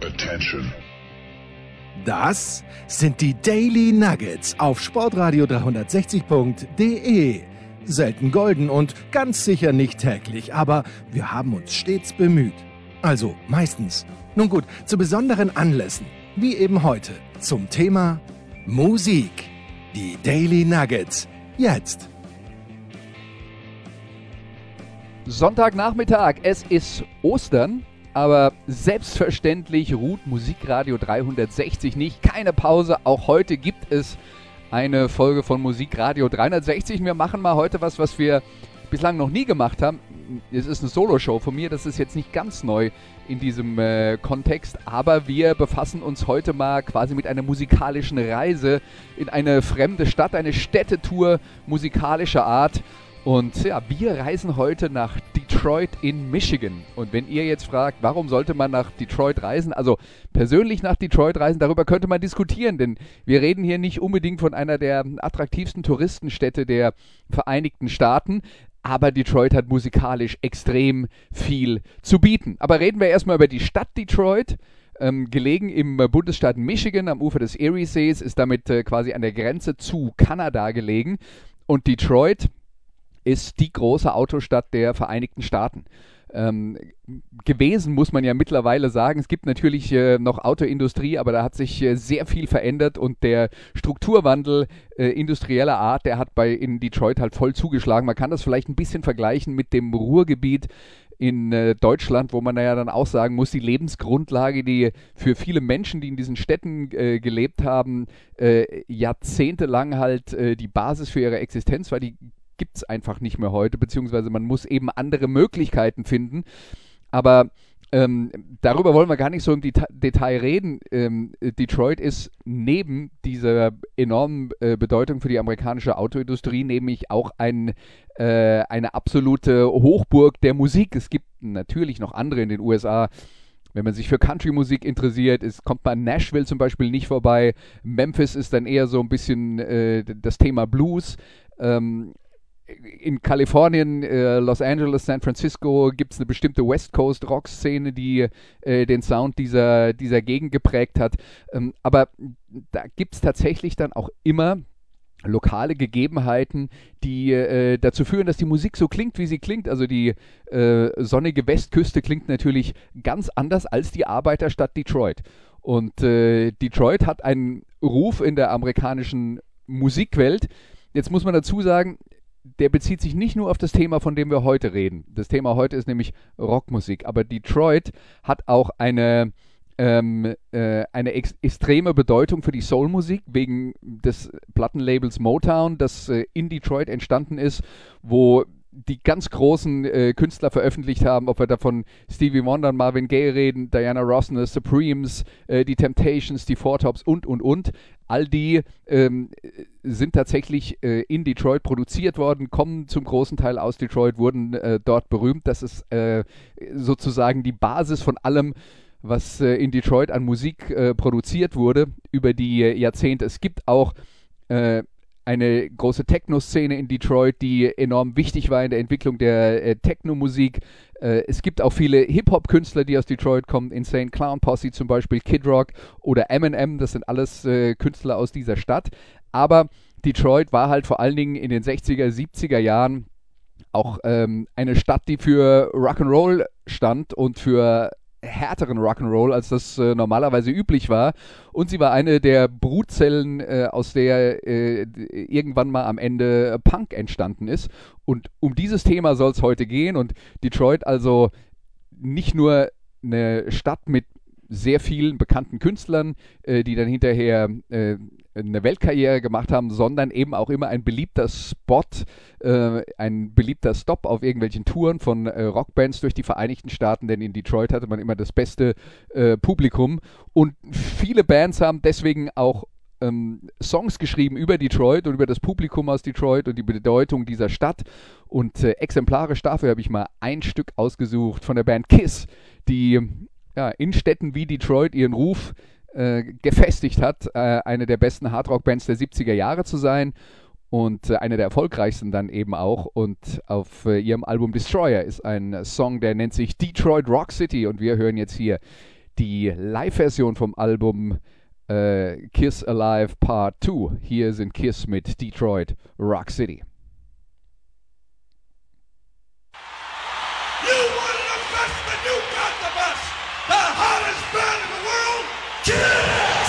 Attention. Das sind die Daily Nuggets auf Sportradio 360.de. Selten golden und ganz sicher nicht täglich, aber wir haben uns stets bemüht. Also meistens. Nun gut, zu besonderen Anlässen, wie eben heute, zum Thema Musik. Die Daily Nuggets, jetzt. Sonntagnachmittag, es ist Ostern, aber selbstverständlich ruht Musikradio 360 nicht. Keine Pause, auch heute gibt es eine Folge von Musikradio 360. Wir machen mal heute was wir bislang noch nie gemacht haben. Es ist eine Solo-Show von mir, das ist jetzt nicht ganz neu in diesem Kontext, aber wir befassen uns heute mal quasi mit einer musikalischen Reise in eine fremde Stadt, eine Städtetour musikalischer Art. Und ja, wir reisen heute nach Detroit in Michigan. Und wenn ihr jetzt fragt, warum sollte man nach Detroit reisen, also persönlich nach Detroit reisen, darüber könnte man diskutieren, denn wir reden hier nicht unbedingt von einer der attraktivsten Touristenstädte der Vereinigten Staaten, aber Detroit hat musikalisch extrem viel zu bieten. Aber reden wir erstmal über die Stadt Detroit. Gelegen im Bundesstaat Michigan am Ufer des Eriesees, ist damit quasi an der Grenze zu Kanada gelegen. Und Detroit ist die große Autostadt der Vereinigten Staaten. Gewesen, muss man ja mittlerweile sagen. Es gibt natürlich noch Autoindustrie, aber da hat sich sehr viel verändert und der Strukturwandel industrieller Art, der hat in Detroit halt voll zugeschlagen. Man kann das vielleicht ein bisschen vergleichen mit dem Ruhrgebiet in Deutschland, wo man ja dann auch sagen muss, die Lebensgrundlage, die für viele Menschen, die in diesen Städten gelebt haben, jahrzehntelang halt die Basis für ihre Existenz war, die gibt es einfach nicht mehr heute, beziehungsweise man muss eben andere Möglichkeiten finden. Aber darüber wollen wir gar nicht so im Detail reden. Detroit ist neben dieser enormen Bedeutung für die amerikanische Autoindustrie nämlich auch eine absolute Hochburg der Musik. Es gibt natürlich noch andere in den USA. Wenn man sich für Country-Musik interessiert, kommt man an Nashville zum Beispiel nicht vorbei. Memphis ist dann eher so ein bisschen das Thema Blues. In Kalifornien, Los Angeles, San Francisco gibt es eine bestimmte West Coast Rock-Szene, die den Sound dieser Gegend geprägt hat. Aber da gibt es tatsächlich dann auch immer lokale Gegebenheiten, die dazu führen, dass die Musik so klingt, wie sie klingt. Also die sonnige Westküste klingt natürlich ganz anders als die Arbeiterstadt Detroit. Und Detroit hat einen Ruf in der amerikanischen Musikwelt. Jetzt muss man dazu sagen, der bezieht sich nicht nur auf das Thema, von dem wir heute reden. Das Thema heute ist nämlich Rockmusik. Aber Detroit hat auch eine extreme Bedeutung für die Soulmusik wegen des Plattenlabels Motown, das in Detroit entstanden ist, wo die ganz großen Künstler veröffentlicht haben, ob wir da von Stevie Wonder, Marvin Gaye reden, Diana Ross und The Supremes, die Temptations, die Four Tops und. All die sind tatsächlich in Detroit produziert worden, kommen zum großen Teil aus Detroit, wurden dort berühmt. Das ist sozusagen die Basis von allem, was in Detroit an Musik produziert wurde über die Jahrzehnte. Es gibt auch eine große Techno-Szene in Detroit, die enorm wichtig war in der Entwicklung der Techno-Musik. Es gibt auch viele Hip-Hop-Künstler, die aus Detroit kommen. Insane Clown Posse zum Beispiel, Kid Rock oder Eminem. Das sind alles Künstler aus dieser Stadt. Aber Detroit war halt vor allen Dingen in den 60er, 70er Jahren auch eine Stadt, die für Rock'n'Roll stand und für härteren Rock'n'Roll, als das normalerweise üblich war. Und sie war eine der Brutzellen, aus der irgendwann mal am Ende Punk entstanden ist. Und um dieses Thema soll es heute gehen. Und Detroit also nicht nur eine Stadt mit sehr vielen bekannten Künstlern, die dann hinterher eine Weltkarriere gemacht haben, sondern eben auch immer ein beliebter Spot, ein beliebter Stop auf irgendwelchen Touren von Rockbands durch die Vereinigten Staaten, denn in Detroit hatte man immer das beste Publikum und viele Bands haben deswegen auch Songs geschrieben über Detroit und über das Publikum aus Detroit und die Bedeutung dieser Stadt und exemplarisch dafür habe ich mal ein Stück ausgesucht von der Band Kiss, die in Städten wie Detroit ihren Ruf gefestigt hat, eine der besten Hardrock-Bands der 70er Jahre zu sein und eine der erfolgreichsten dann eben auch. Und auf ihrem Album Destroyer ist ein Song, der nennt sich Detroit Rock City und wir hören jetzt hier die Live-Version vom Album Kiss Alive Part 2. Hier sind Kiss mit Detroit Rock City. You want the best, but you got the best. The hottest band in the world, Kiss!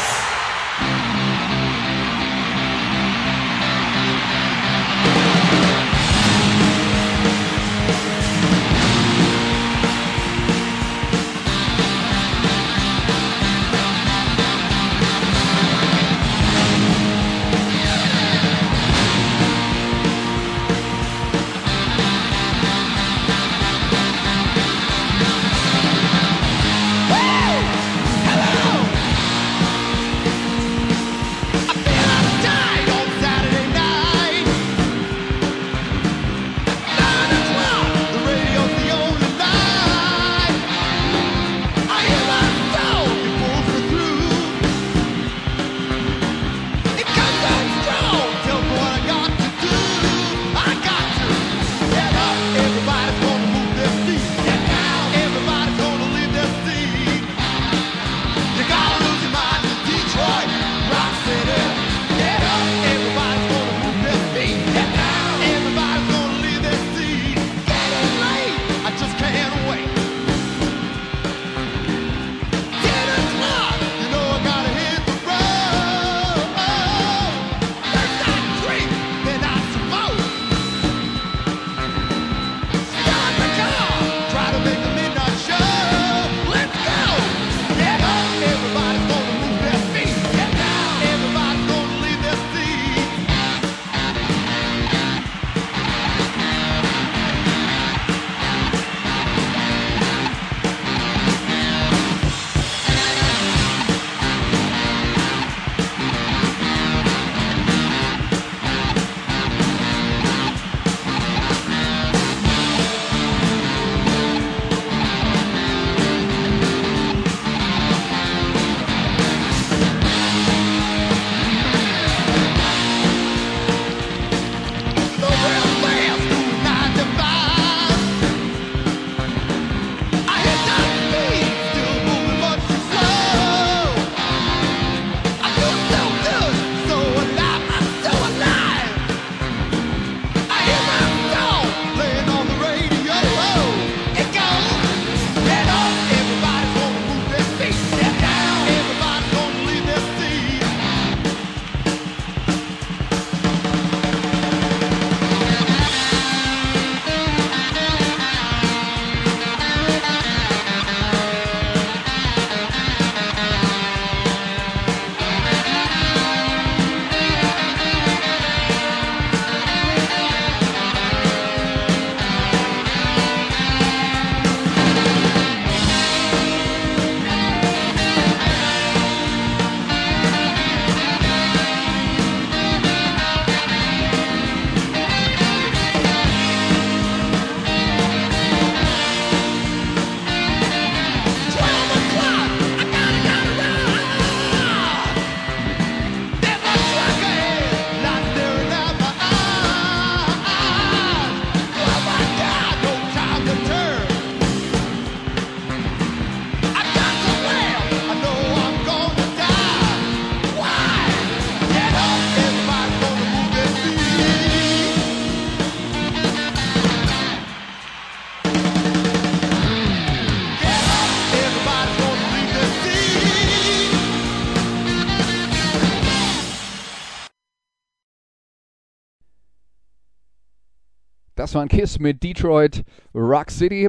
Das war ein Kiss mit Detroit Rock City.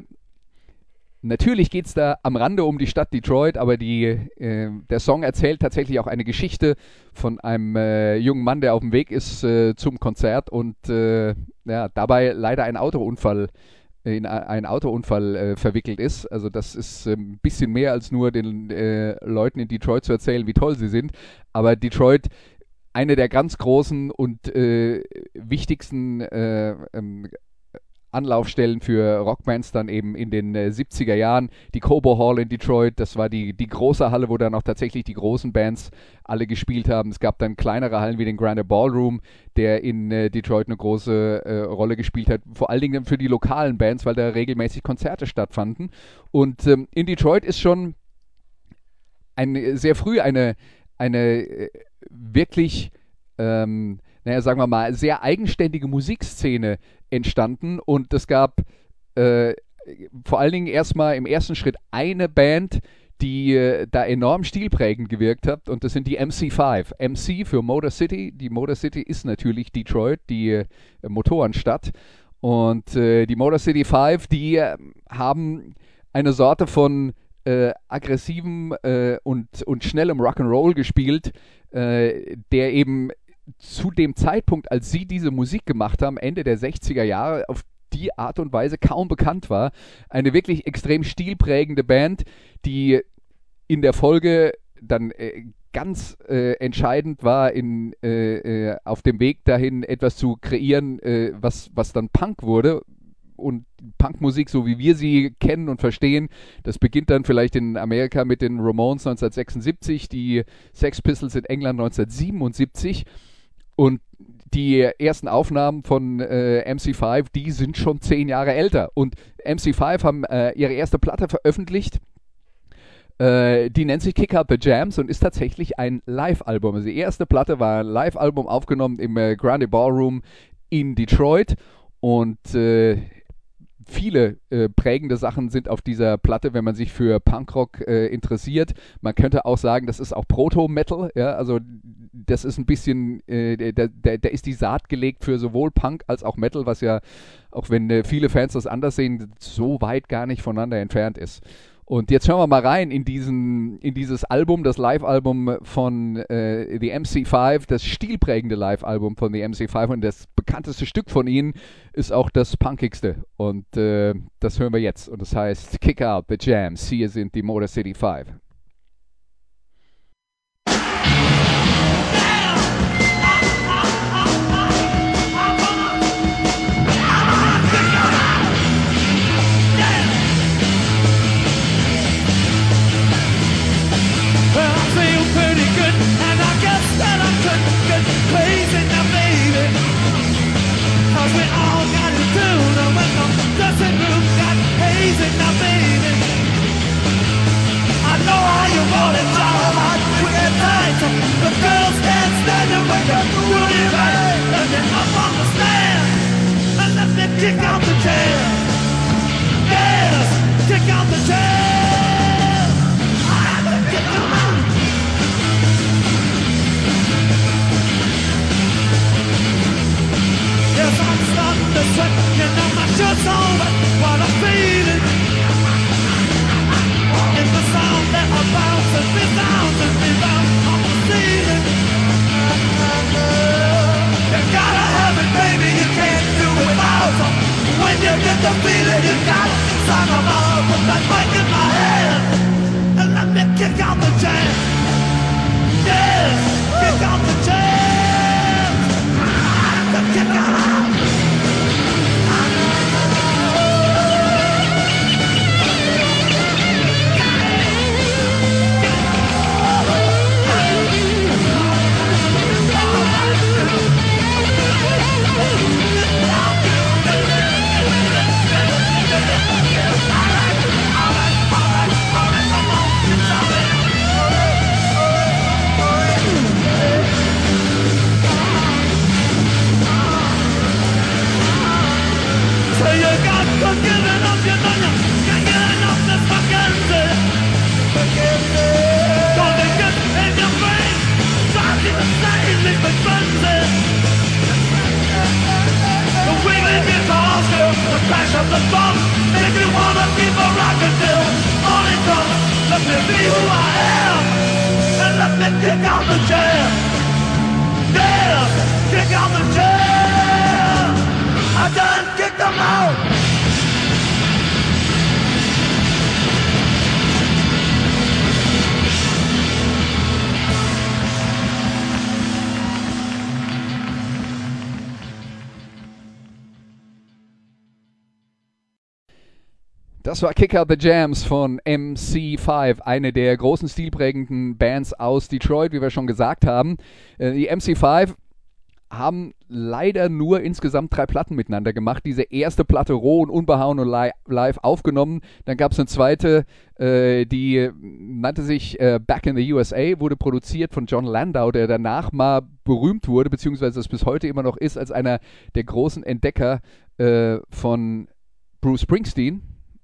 Natürlich geht es da am Rande um die Stadt Detroit, aber der Song erzählt tatsächlich auch eine Geschichte von einem jungen Mann, der auf dem Weg ist zum Konzert und dabei leider in einen Autounfall verwickelt ist. Also das ist ein bisschen mehr als nur den Leuten in Detroit zu erzählen, wie toll sie sind. Aber Detroit, eine der ganz großen und wichtigsten Anlaufstellen für Rockbands dann eben in den 70er Jahren. Die Cobo Hall in Detroit, das war die große Halle, wo dann auch tatsächlich die großen Bands alle gespielt haben. Es gab dann kleinere Hallen wie den Grand Ballroom, der in Detroit eine große Rolle gespielt hat. Vor allen Dingen für die lokalen Bands, weil da regelmäßig Konzerte stattfanden. Und in Detroit ist schon sehr früh eine wirklich, sagen wir mal, sehr eigenständige Musikszene entstanden und es gab vor allen Dingen erstmal im ersten Schritt eine Band, die da enorm stilprägend gewirkt hat und das sind die MC5. MC für Motor City. Die Motor City ist natürlich Detroit, die Motorenstadt. Und die Motor City 5, die haben eine Sorte von aggressivem und schnellem Rock'n'Roll gespielt, der eben zu dem Zeitpunkt, als sie diese Musik gemacht haben, Ende der 60er Jahre, auf die Art und Weise kaum bekannt war. Eine wirklich extrem stilprägende Band, die in der Folge dann ganz entscheidend war auf dem Weg dahin, etwas zu kreieren, was dann Punk wurde. Und Punkmusik, so wie wir sie kennen und verstehen, das beginnt dann vielleicht in Amerika mit den Ramones 1976, die Sex Pistols in England 1977 und die ersten Aufnahmen von MC5, die sind schon 10 Jahre älter. Und MC5 haben ihre erste Platte veröffentlicht, die nennt sich Kick Out the Jams und ist tatsächlich ein Live-Album. Also die erste Platte war ein Live-Album aufgenommen im Grande Ballroom in Detroit und viele prägende Sachen sind auf dieser Platte, wenn man sich für Punkrock interessiert. Man könnte auch sagen, das ist auch Proto-Metal, ja, also das ist ein bisschen, da ist die Saat gelegt für sowohl Punk als auch Metal, was ja, auch wenn viele Fans das anders sehen, so weit gar nicht voneinander entfernt ist. Und jetzt hören wir mal rein in dieses Album, das Live-Album von The MC5, das stilprägende Live-Album von The MC5 und das bekannteste Stück von ihnen ist auch das punkigste. Und das hören wir jetzt und das heißt Kick Out the Jams. Hier sind die Motor City 5. We all got to do the when the dressing room got hazy now, baby. I know how you want it, child. We get tight. The girls can't stand it when you're doing it right. Let me up on the stand and let me kick out the jam. Yes, kick out the jam. I have to kick them out. Yes, I'm starting to sweat, you know my shirt's on, but what I'm feeling is the sound that I bounce and resounds and rebounds on the ceiling. You gotta have it, baby, you can't do it without. When you get the feeling, you gotta sign them all. Put that mic in my hand and let me kick out the jam. Yes, kick out the jam. Kick out. Das war Kick Out the Jams von MC5, eine der großen stilprägenden Bands aus Detroit, wie wir schon gesagt haben. Die MC5 haben leider nur insgesamt 3 Platten miteinander gemacht. Diese erste Platte roh und unbehauen und live aufgenommen. Dann gab es eine zweite, die nannte sich Back in the USA, wurde produziert von John Landau, der danach mal berühmt wurde, beziehungsweise es bis heute immer noch ist, als einer der großen Entdecker von Bruce Springsteen,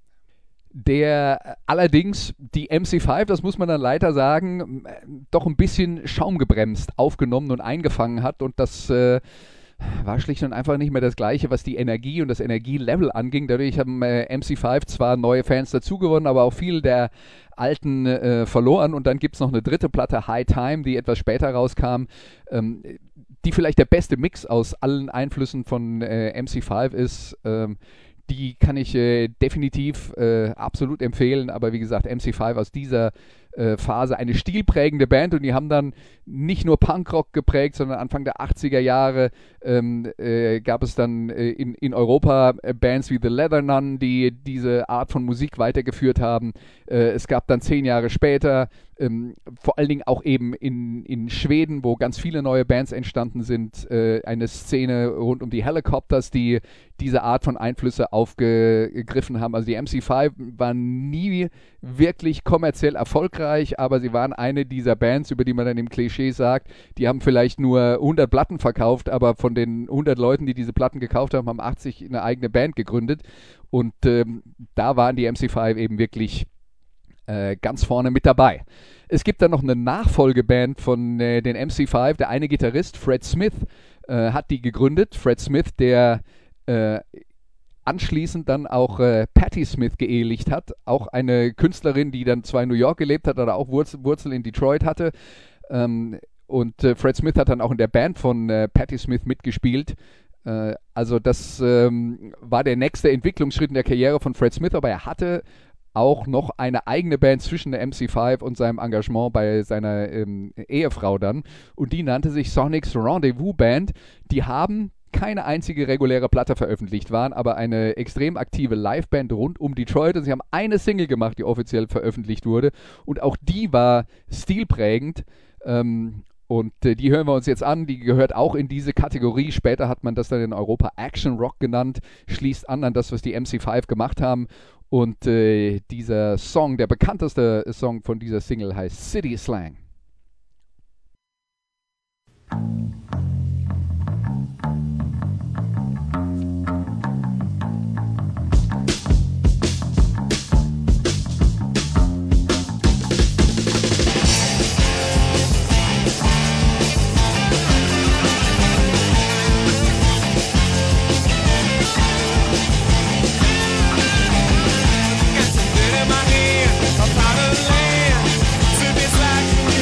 der allerdings die MC5, das muss man dann leider sagen, doch ein bisschen schaumgebremst aufgenommen und eingefangen hat, und das war schlicht und einfach nicht mehr das Gleiche, was die Energie und das Energielevel anging. Dadurch haben MC5 zwar neue Fans dazugewonnen, aber auch viel der alten verloren, und dann gibt es noch eine dritte Platte, High Time, die etwas später rauskam, die vielleicht der beste Mix aus allen Einflüssen von MC5 ist. Die kann ich definitiv absolut empfehlen, aber wie gesagt, MC5 aus dieser Phase eine stilprägende Band, und die haben dann nicht nur Punkrock geprägt, sondern Anfang der 80er Jahre gab es dann in Europa Bands wie The Leather Nun, die diese Art von Musik weitergeführt haben. Es gab dann 10 Jahre später, vor allen Dingen auch eben in Schweden, wo ganz viele neue Bands entstanden sind, eine Szene rund um die Helicopters, die diese Art von Einflüsse aufgegriffen haben. Also die MC5 waren nie wirklich kommerziell erfolgreich, aber sie waren eine dieser Bands, über die man dann im Klischee sagt, die haben vielleicht nur 100 Platten verkauft, aber von den 100 Leuten, die diese Platten gekauft haben, haben 80 eine eigene Band gegründet, und da waren die MC5 eben wirklich ganz vorne mit dabei. Es gibt dann noch eine Nachfolgeband von den MC5. Der eine Gitarrist, Fred Smith, hat die gegründet. Fred Smith, der anschließend dann auch Patti Smith geehelicht hat. Auch eine Künstlerin, die dann zwar in New York gelebt hat, aber auch Wurzel in Detroit hatte. Und Fred Smith hat dann auch in der Band von Patti Smith mitgespielt. Also das war der nächste Entwicklungsschritt in der Karriere von Fred Smith, aber er hatte auch noch eine eigene Band zwischen der MC5 und seinem Engagement bei seiner Ehefrau dann, und die nannte sich Sonics Rendezvous Band. Die haben keine einzige reguläre Platte veröffentlicht, waren aber eine extrem aktive Liveband rund um Detroit, und sie haben eine Single gemacht, die offiziell veröffentlicht wurde, und auch die war stilprägend. Und die hören wir uns jetzt an, die gehört auch in diese Kategorie. Später hat man das dann in Europa Action Rock genannt, schließt an das, was die MC5 gemacht haben. Und dieser Song, der bekannteste Song von dieser Single, heißt City Slang. Got some dirt in my hand, I'm out of land. City's like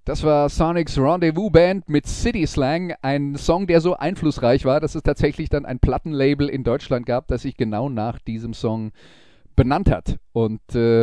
Das war Sonics Rendezvous Band mit City Slang, ein Song, der so einflussreich war, dass es tatsächlich dann ein Plattenlabel in Deutschland gab, das sich genau nach diesem Song benannt hat. Und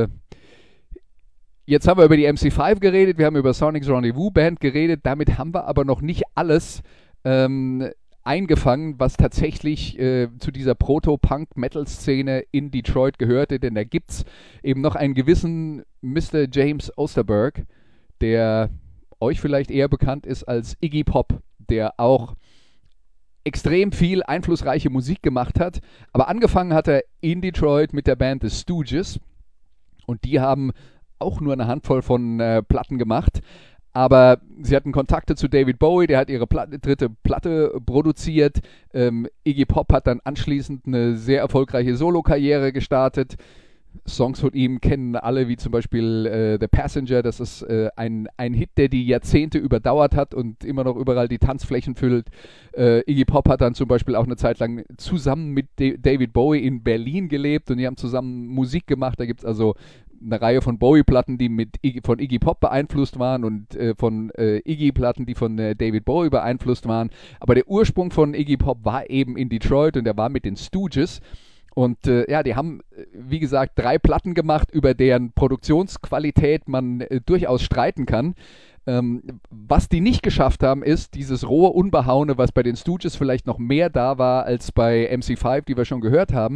jetzt haben wir über die MC5 geredet, wir haben über Sonics Rendezvous Band geredet, damit haben wir aber noch nicht alles eingefangen, was tatsächlich zu dieser Proto-Punk-Metal-Szene in Detroit gehörte, denn da gibt es eben noch einen gewissen Mr. James Osterberg, der euch vielleicht eher bekannt ist als Iggy Pop, der auch extrem viel einflussreiche Musik gemacht hat, aber angefangen hat er in Detroit mit der Band The Stooges und die haben auch nur eine Handvoll von Platten gemacht, aber sie hatten Kontakte zu David Bowie, der hat ihre dritte Platte produziert. Iggy Pop hat dann anschließend eine sehr erfolgreiche Solokarriere gestartet. Songs von ihm kennen alle, wie zum Beispiel The Passenger. Das ist ein Hit, der die Jahrzehnte überdauert hat und immer noch überall die Tanzflächen füllt. Iggy Pop hat dann zum Beispiel auch eine Zeit lang zusammen mit David Bowie in Berlin gelebt und die haben zusammen Musik gemacht. Da gibt es also eine Reihe von Bowie-Platten, die von Iggy Pop beeinflusst waren und von Iggy-Platten, die von David Bowie beeinflusst waren. Aber der Ursprung von Iggy Pop war eben in Detroit und der war mit den Stooges. Und die haben, wie gesagt, 3 Platten gemacht, über deren Produktionsqualität man durchaus streiten kann. Was die nicht geschafft haben, ist dieses rohe Unbehaune, was bei den Stooges vielleicht noch mehr da war als bei MC5, die wir schon gehört haben,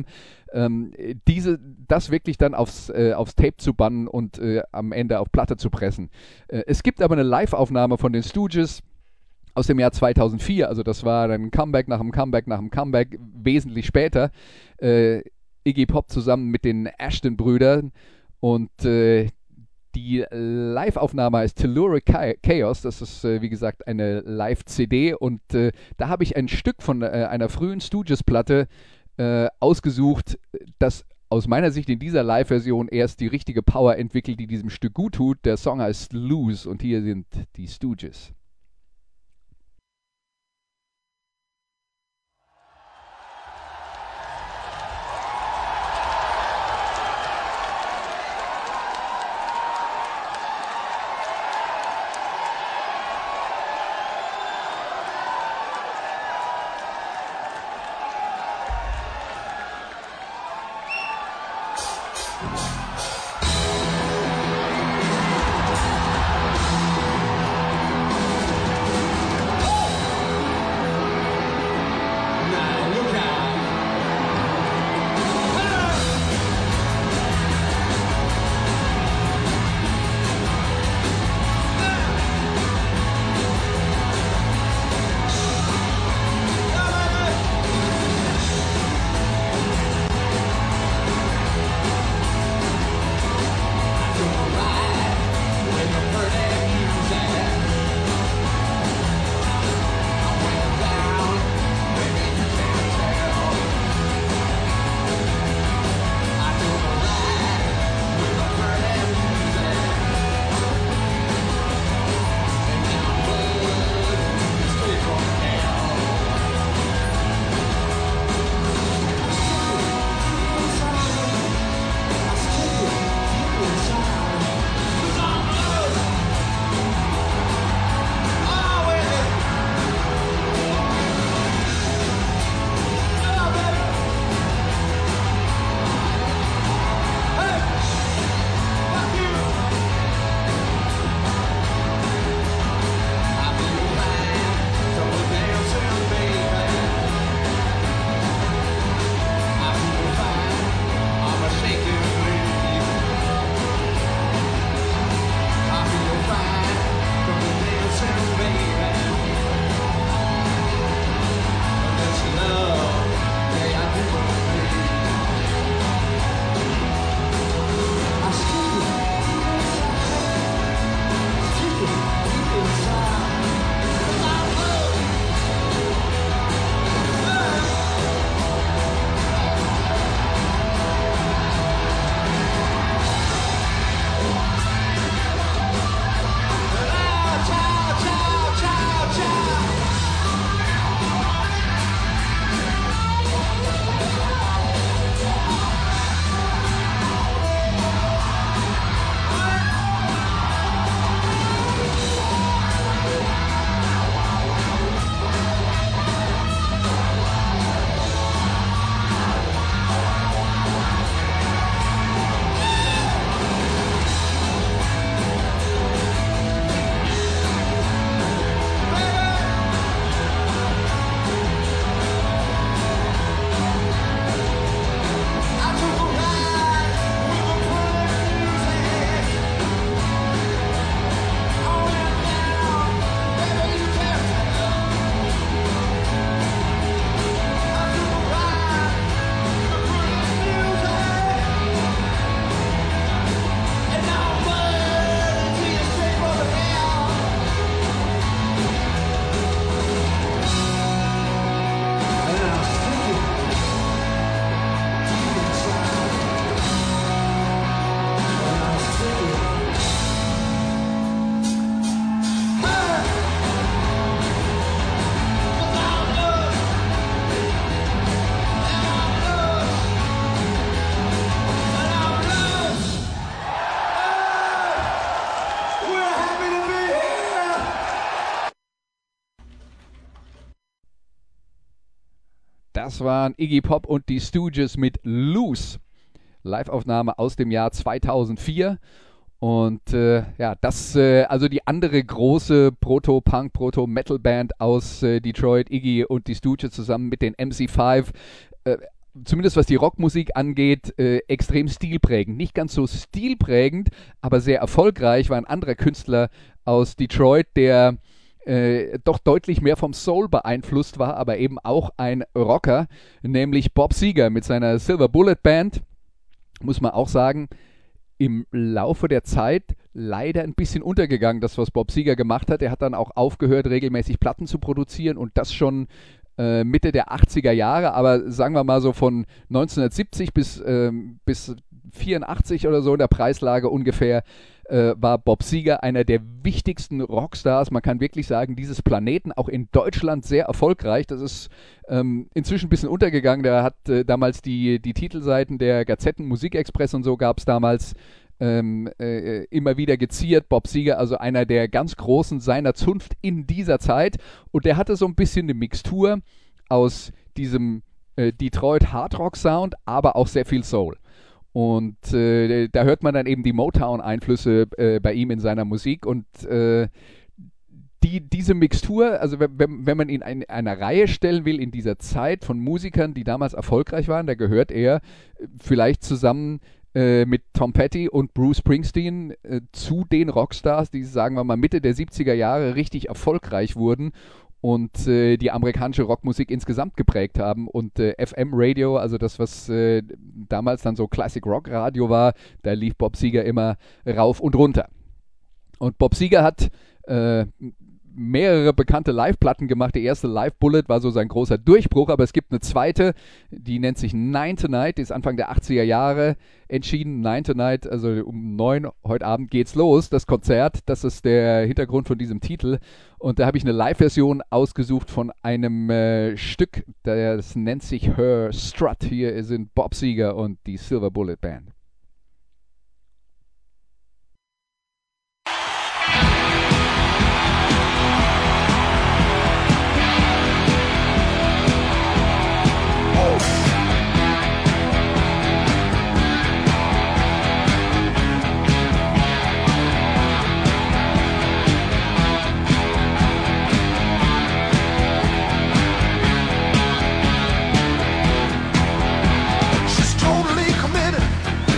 das wirklich dann aufs Tape zu bannen und am Ende auf Platte zu pressen. Es gibt aber eine Live-Aufnahme von den Stooges aus dem Jahr 2004, also das war dann Comeback nach dem Comeback nach dem Comeback, wesentlich später. Iggy Pop zusammen mit den Ashton-Brüdern und die Live-Aufnahme heißt Telluric Chaos, das ist wie gesagt eine Live-CD und da habe ich ein Stück von einer frühen Stooges-Platte ausgesucht, das aus meiner Sicht in dieser Live-Version erst die richtige Power entwickelt, die diesem Stück gut tut. Der Song heißt Lose und hier sind die Stooges. Das waren Iggy Pop und die Stooges mit Loose. Live-Aufnahme aus dem Jahr 2004. Und also die andere große Proto-Punk, Proto-Metal-Band aus Detroit, Iggy und die Stooges zusammen mit den MC5, zumindest was die Rockmusik angeht, extrem stilprägend. Nicht ganz so stilprägend, aber sehr erfolgreich war ein anderer Künstler aus Detroit, der doch deutlich mehr vom Soul beeinflusst war, aber eben auch ein Rocker, nämlich Bob Seger mit seiner Silver Bullet Band. Muss man auch sagen, im Laufe der Zeit leider ein bisschen untergegangen, das, was Bob Seger gemacht hat. Er hat dann auch aufgehört, regelmäßig Platten zu produzieren und das schon Mitte der 80er Jahre, aber sagen wir mal so von 1970 bis 84 oder so in der Preislage ungefähr, war Bob Seger einer der wichtigsten Rockstars, man kann wirklich sagen, dieses Planeten, auch in Deutschland sehr erfolgreich. Das ist inzwischen ein bisschen untergegangen. Der hat damals die Titelseiten der Gazetten, Musikexpress und so gab es damals immer wieder geziert. Bob Seger, also einer der ganz Großen seiner Zunft in dieser Zeit. Und der hatte so ein bisschen eine Mixtur aus diesem Detroit Hardrock Sound, aber auch sehr viel Soul. Und da hört man dann eben die Motown-Einflüsse bei ihm in seiner Musik. Und diese Mixtur, also wenn man ihn in einer Reihe stellen will in dieser Zeit von Musikern, die damals erfolgreich waren, da gehört er vielleicht zusammen mit Tom Petty und Bruce Springsteen zu den Rockstars, die, sagen wir mal, Mitte der 70er Jahre richtig erfolgreich wurden und die amerikanische Rockmusik insgesamt geprägt haben. Und FM-Radio, also das, was damals dann so Classic Rock Radio war, da lief Bob Seger immer rauf und runter. Und Bob Seger hat mehrere bekannte Live-Platten gemacht. Die erste Live Bullet war so sein großer Durchbruch, aber es gibt eine zweite, die nennt sich Nine Tonight, die ist Anfang der 80er Jahre entschieden. Nine Tonight, also um 9 heute Abend geht's los, das Konzert, das ist der Hintergrund von diesem Titel. Und da habe ich eine Live-Version ausgesucht von einem Stück, das nennt sich Her Strut. Hier sind Bob Seger und die Silver Bullet Band. She's totally committed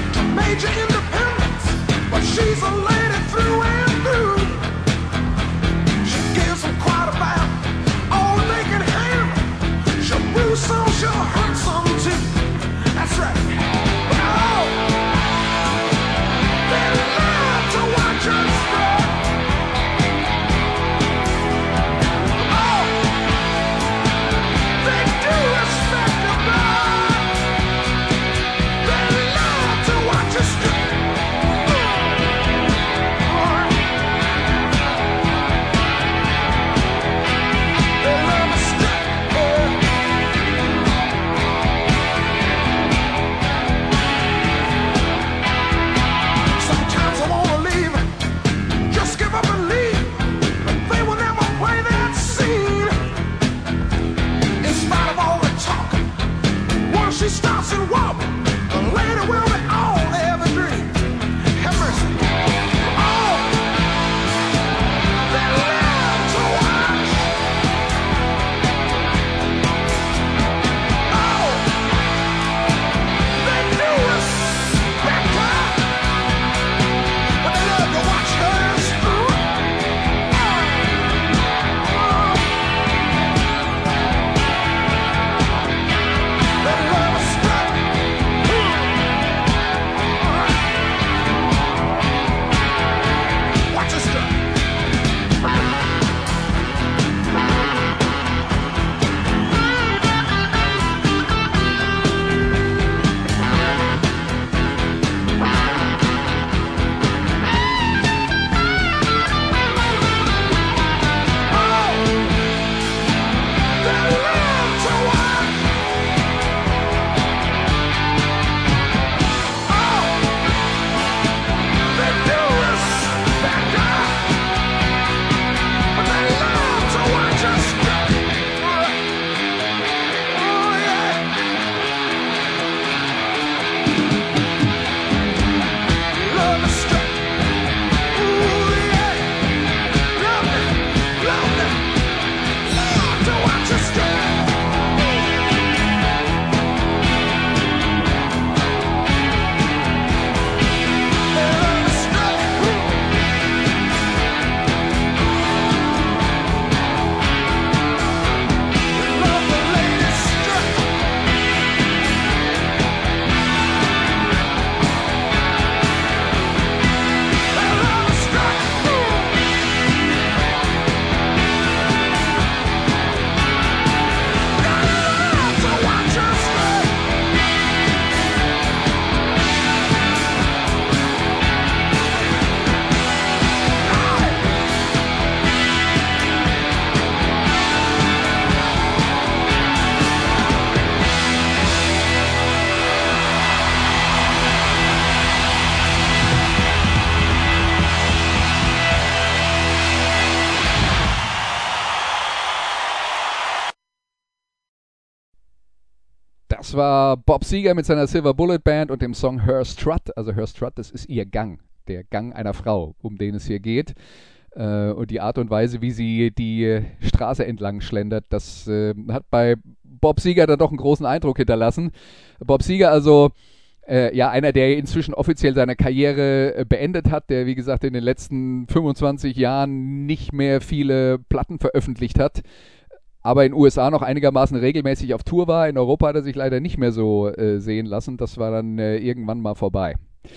Das war Bob Seger mit seiner Silver Bullet Band und dem Song Her Strut. Also Her Strut, das ist ihr Gang, der Gang einer Frau, um den es hier geht. Und die Art und Weise, wie sie die Straße entlang schlendert, das hat bei Bob Seger dann doch einen großen Eindruck hinterlassen. Bob Seger also einer, der inzwischen offiziell seine Karriere beendet hat, der wie gesagt in den letzten 25 Jahren nicht mehr viele Platten veröffentlicht hat, aber in den USA noch einigermaßen regelmäßig auf Tour war. In Europa hat er sich leider nicht mehr so sehen lassen. Das war dann irgendwann mal vorbei.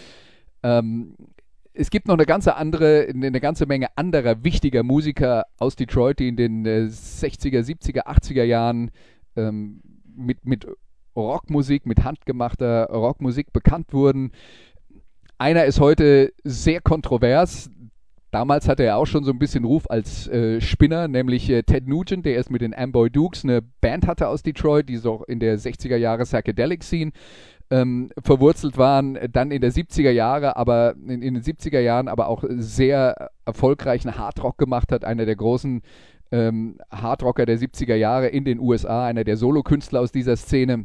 Es gibt noch eine ganze Menge anderer wichtiger Musiker aus Detroit, die in den 60er, 70er, 80er Jahren mit Rockmusik, mit handgemachter Rockmusik bekannt wurden. Einer ist heute sehr kontrovers. Damals hatte er auch schon so ein bisschen Ruf als Spinner, nämlich Ted Nugent, der erst mit den Amboy Dukes eine Band hatte aus Detroit, die so in der 60er Jahre Psychedelic Scene verwurzelt waren, dann in der 70er Jahre, aber in den 70er Jahren aber auch sehr erfolgreichen Hardrock gemacht hat, einer der großen Hardrocker der 70er Jahre in den USA, einer der Solokünstler aus dieser Szene.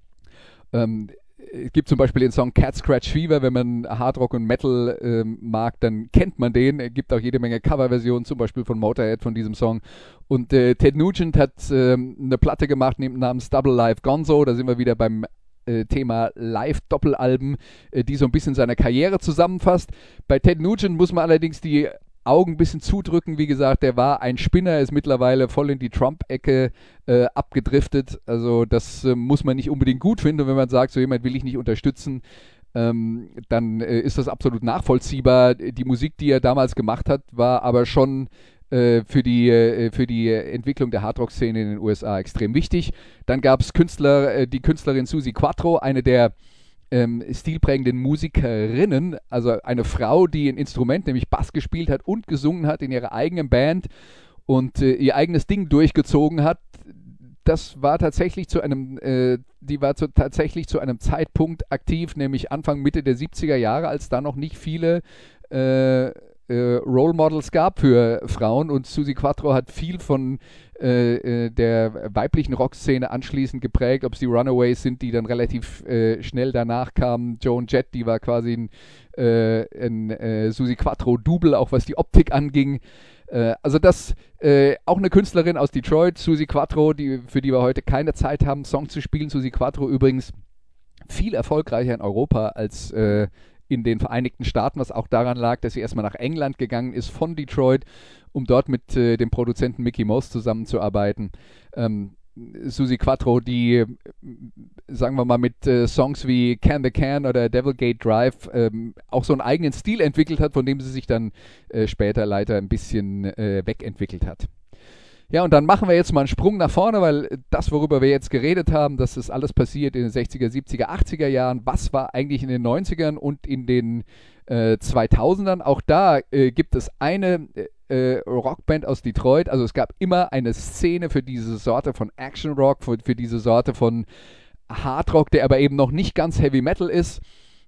Es gibt zum Beispiel den Song Cat Scratch Fever, wenn man Hardrock und Metal mag, dann kennt man den. Es gibt auch jede Menge Coverversionen, zum Beispiel von Motorhead von diesem Song. Und Ted Nugent hat eine Platte gemacht namens Double Live Gonzo, da sind wir wieder beim Thema Live-Doppelalben, die so ein bisschen seine Karriere zusammenfasst. Bei Ted Nugent muss man allerdings die Augen ein bisschen zudrücken. Wie gesagt, der war ein Spinner, ist mittlerweile voll in die Trump-Ecke abgedriftet. Also das muss man nicht unbedingt gut finden. Und wenn man sagt, so jemand will ich nicht unterstützen, dann ist das absolut nachvollziehbar. Die Musik, die er damals gemacht hat, war aber schon für die Entwicklung der Hardrock-Szene in den USA extrem wichtig. Dann gab es die Künstlerin Suzi Quatro, eine der stilprägenden Musikerinnen, also eine Frau, die ein Instrument, nämlich Bass gespielt hat und gesungen hat in ihrer eigenen Band und ihr eigenes Ding durchgezogen hat. Das war tatsächlich tatsächlich zu einem Zeitpunkt aktiv, nämlich Anfang, Mitte der 70er Jahre, als da noch nicht viele Role Models gab für Frauen, und Suzi Quatro hat viel von der weiblichen Rockszene anschließend geprägt, ob es die Runaways sind, die dann relativ schnell danach kamen. Joan Jett, die war quasi ein Suzi Quatro-Double, auch was die Optik anging. Also das auch eine Künstlerin aus Detroit, Suzi Quatro, für die wir heute keine Zeit haben, Song zu spielen. Suzi Quatro übrigens viel erfolgreicher in Europa als in den Vereinigten Staaten, was auch daran lag, dass sie erstmal nach England gegangen ist von Detroit, um dort mit dem Produzenten Mickey Mouse zusammenzuarbeiten. Suzi Quatro, die, sagen wir mal, mit Songs wie Can the Can oder Devil Gate Drive auch so einen eigenen Stil entwickelt hat, von dem sie sich dann später leider ein bisschen wegentwickelt hat. Ja, und dann machen wir jetzt mal einen Sprung nach vorne, weil das, worüber wir jetzt geredet haben, das ist alles passiert in den 60er, 70er, 80er Jahren. Was war eigentlich in den 90ern und in den 2000ern? Auch da gibt es eine Rockband aus Detroit. Also es gab immer eine Szene für diese Sorte von Action Rock, für diese Sorte von Hard Rock, der aber eben noch nicht ganz Heavy Metal ist.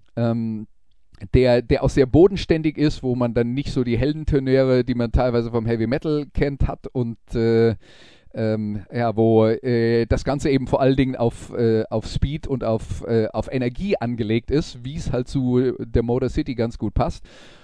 Der auch sehr bodenständig ist, wo man dann nicht so die Heldentenöre, die man teilweise vom Heavy Metal kennt, hat, und wo das Ganze eben vor allen Dingen auf Speed und auf Energie angelegt ist, wie es halt zu der Motor City ganz gut passt.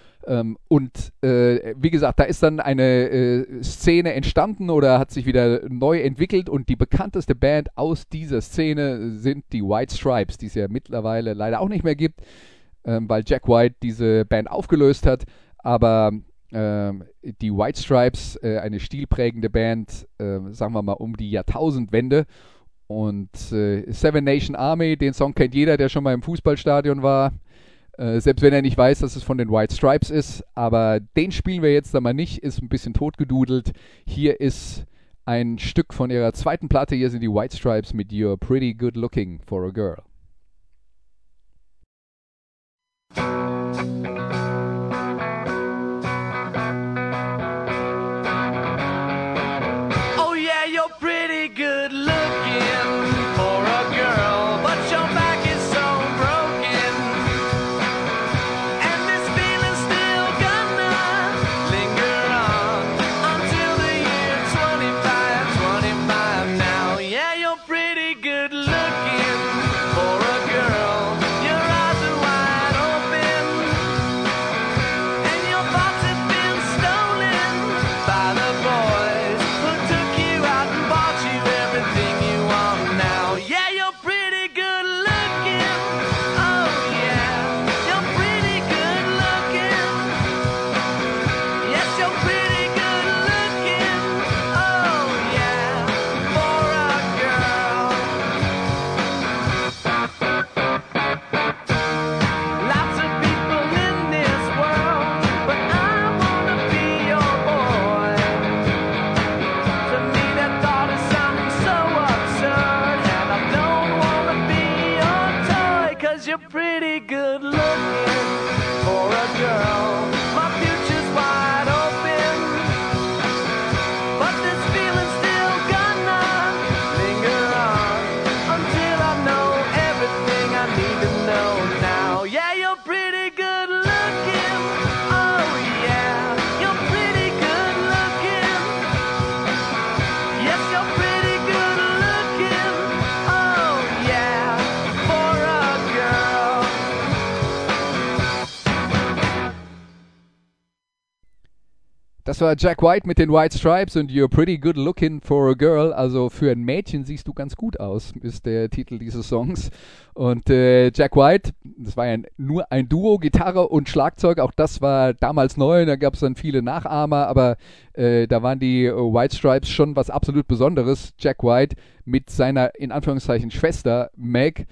Wie gesagt, da ist dann eine Szene entstanden oder hat sich wieder neu entwickelt, und die bekannteste Band aus dieser Szene sind die White Stripes, die es ja mittlerweile leider auch nicht mehr gibt, weil Jack White diese Band aufgelöst hat, aber die White Stripes, eine stilprägende Band, sagen wir mal um die Jahrtausendwende, und Seven Nation Army, den Song kennt jeder, der schon mal im Fußballstadion war, selbst wenn er nicht weiß, dass es von den White Stripes ist, aber den spielen wir jetzt einmal nicht, ist ein bisschen totgedudelt. Hier ist ein Stück von ihrer zweiten Platte, hier sind die White Stripes mit You're Pretty Good Looking for a Girl. Oh yeah, you're pretty good looking for a girl, but your back is so broken, and this feeling's still gonna linger on until the year 25 now. Yeah, you're pretty good looking Das war Jack White mit den White Stripes und You're Pretty Good Looking for a Girl. Also für ein Mädchen siehst du ganz gut aus, ist der Titel dieses Songs. Und Jack White, das war ja nur ein Duo, Gitarre und Schlagzeug. Auch das war damals neu, da gab es dann viele Nachahmer, aber da waren die White Stripes schon was absolut Besonderes. Jack White mit seiner, in Anführungszeichen, Schwester Meg,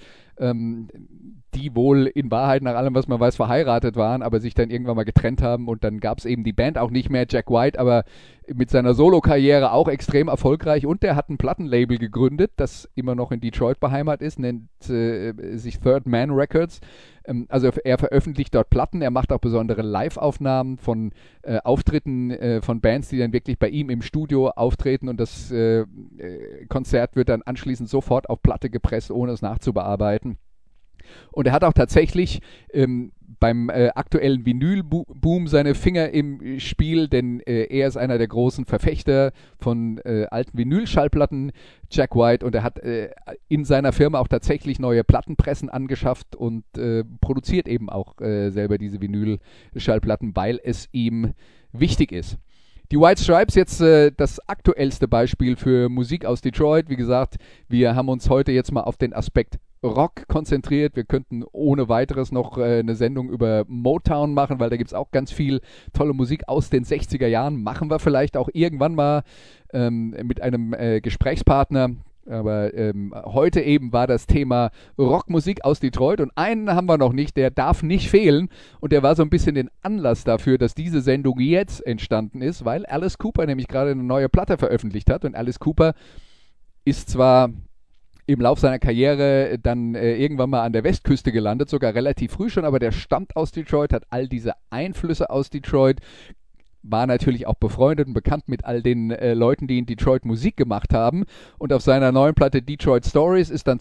die wohl in Wahrheit nach allem, was man weiß, verheiratet waren, aber sich dann irgendwann mal getrennt haben und dann gab es eben die Band auch nicht mehr. Jack White aber mit seiner Solo-Karriere auch extrem erfolgreich und der hat ein Plattenlabel gegründet, das immer noch in Detroit beheimatet ist, nennt sich Third Man Records. Also er veröffentlicht dort Platten, er macht auch besondere Live-Aufnahmen von Auftritten von Bands, die dann wirklich bei ihm im Studio auftreten und das Konzert wird dann anschließend sofort auf Platte gepresst, ohne es nachzubearbeiten. Und er hat auch tatsächlich beim aktuellen Vinyl-Boom seine Finger im Spiel, denn er ist einer der großen Verfechter von alten Vinyl-Schallplatten, Jack White, und er hat in seiner Firma auch tatsächlich neue Plattenpressen angeschafft und produziert eben auch selber diese Vinyl-Schallplatten, weil es ihm wichtig ist. Die White Stripes, jetzt das aktuellste Beispiel für Musik aus Detroit. Wie gesagt, wir haben uns heute jetzt mal auf den Aspekt Rock konzentriert. Wir könnten ohne weiteres noch eine Sendung über Motown machen, weil da gibt es auch ganz viel tolle Musik aus den 60er Jahren. Machen wir vielleicht auch irgendwann mal mit einem Gesprächspartner. Aber heute eben war das Thema Rockmusik aus Detroit und einen haben wir noch nicht, der darf nicht fehlen und der war so ein bisschen den Anlass dafür, dass diese Sendung jetzt entstanden ist, weil Alice Cooper nämlich gerade eine neue Platte veröffentlicht hat und Alice Cooper ist zwar im Lauf seiner Karriere dann irgendwann mal an der Westküste gelandet, sogar relativ früh schon, aber der stammt aus Detroit, hat all diese Einflüsse aus Detroit, war natürlich auch befreundet und bekannt mit all den Leuten, die in Detroit Musik gemacht haben. Und auf seiner neuen Platte Detroit Stories ist dann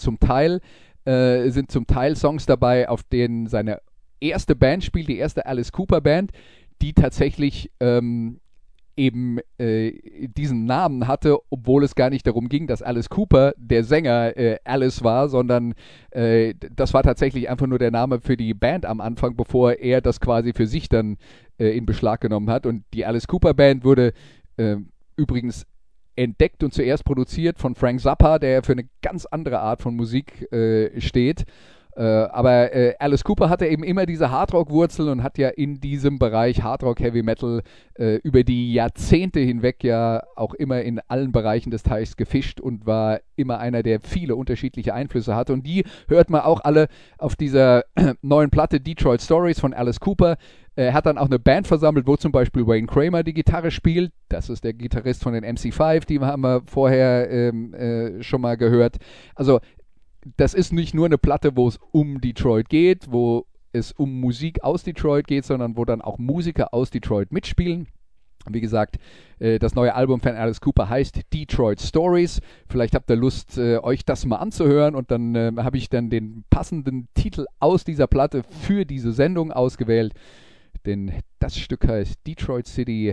sind zum Teil Songs dabei, auf denen seine erste Band spielt, die erste Alice Cooper Band, die tatsächlich eben diesen Namen hatte, obwohl es gar nicht darum ging, dass Alice Cooper der Sänger Alice war, sondern das war tatsächlich einfach nur der Name für die Band am Anfang, bevor er das quasi für sich dann in Beschlag genommen hat. Und die Alice Cooper Band wurde übrigens entdeckt und zuerst produziert von Frank Zappa, der für eine ganz andere Art von Musik steht. Aber Alice Cooper hatte eben immer diese Hardrock-Wurzeln und hat ja in diesem Bereich Hardrock, Heavy Metal über die Jahrzehnte hinweg ja auch immer in allen Bereichen des Teichs gefischt und war immer einer, der viele unterschiedliche Einflüsse hatte. Und die hört man auch alle auf dieser neuen Platte Detroit Stories von Alice Cooper. Er hat dann auch eine Band versammelt, wo zum Beispiel Wayne Kramer die Gitarre spielt. Das ist der Gitarrist von den MC5, die haben wir vorher schon mal gehört. Also das ist nicht nur eine Platte, wo es um Detroit geht, wo es um Musik aus Detroit geht, sondern wo dann auch Musiker aus Detroit mitspielen. Wie gesagt, das neue Album von Alice Cooper heißt Detroit Stories. Vielleicht habt ihr Lust, euch das mal anzuhören und dann habe ich dann den passenden Titel aus dieser Platte für diese Sendung ausgewählt. Denn das Stück heißt Detroit City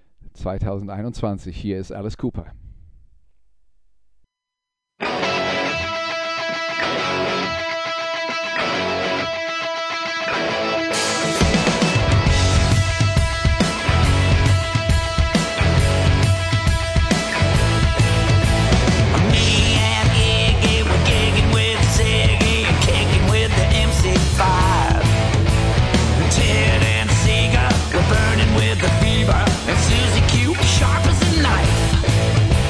2021. Hier ist Alice Cooper. With the fever and Susie Q, sharp as a knife.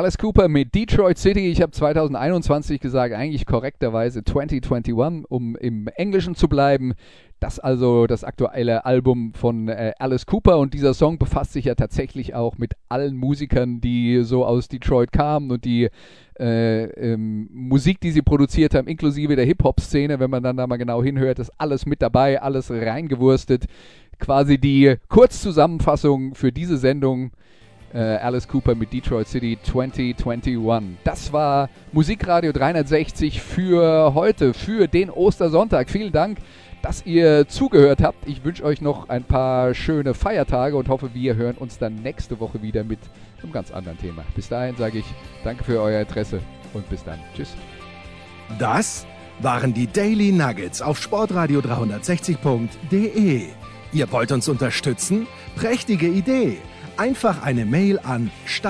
Alice Cooper mit Detroit City. Ich habe 2021 gesagt, eigentlich korrekterweise 2021, um im Englischen zu bleiben. Das also das aktuelle Album von Alice Cooper, und dieser Song befasst sich ja tatsächlich auch mit allen Musikern, die so aus Detroit kamen und die Musik, die sie produziert haben, inklusive der Hip-Hop-Szene. Wenn man dann da mal genau hinhört, ist alles mit dabei, alles reingewurstet. Quasi die Kurzzusammenfassung für diese Sendung. Alice Cooper mit Detroit City 2021. Das war Musikradio 360 für heute, für den Ostersonntag. Vielen Dank, dass ihr zugehört habt. Ich wünsche euch noch ein paar schöne Feiertage und hoffe, wir hören uns dann nächste Woche wieder mit einem ganz anderen Thema. Bis dahin sage ich danke für euer Interesse und bis dann. Tschüss. Das waren die Daily Nuggets auf sportradio 360.de. Ihr wollt uns unterstützen? Prächtige Idee! Einfach eine Mail an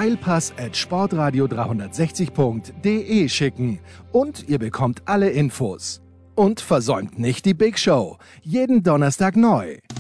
steilpass@sportradio360.de schicken und ihr bekommt alle Infos. Und versäumt nicht die Big Show. Jeden Donnerstag neu.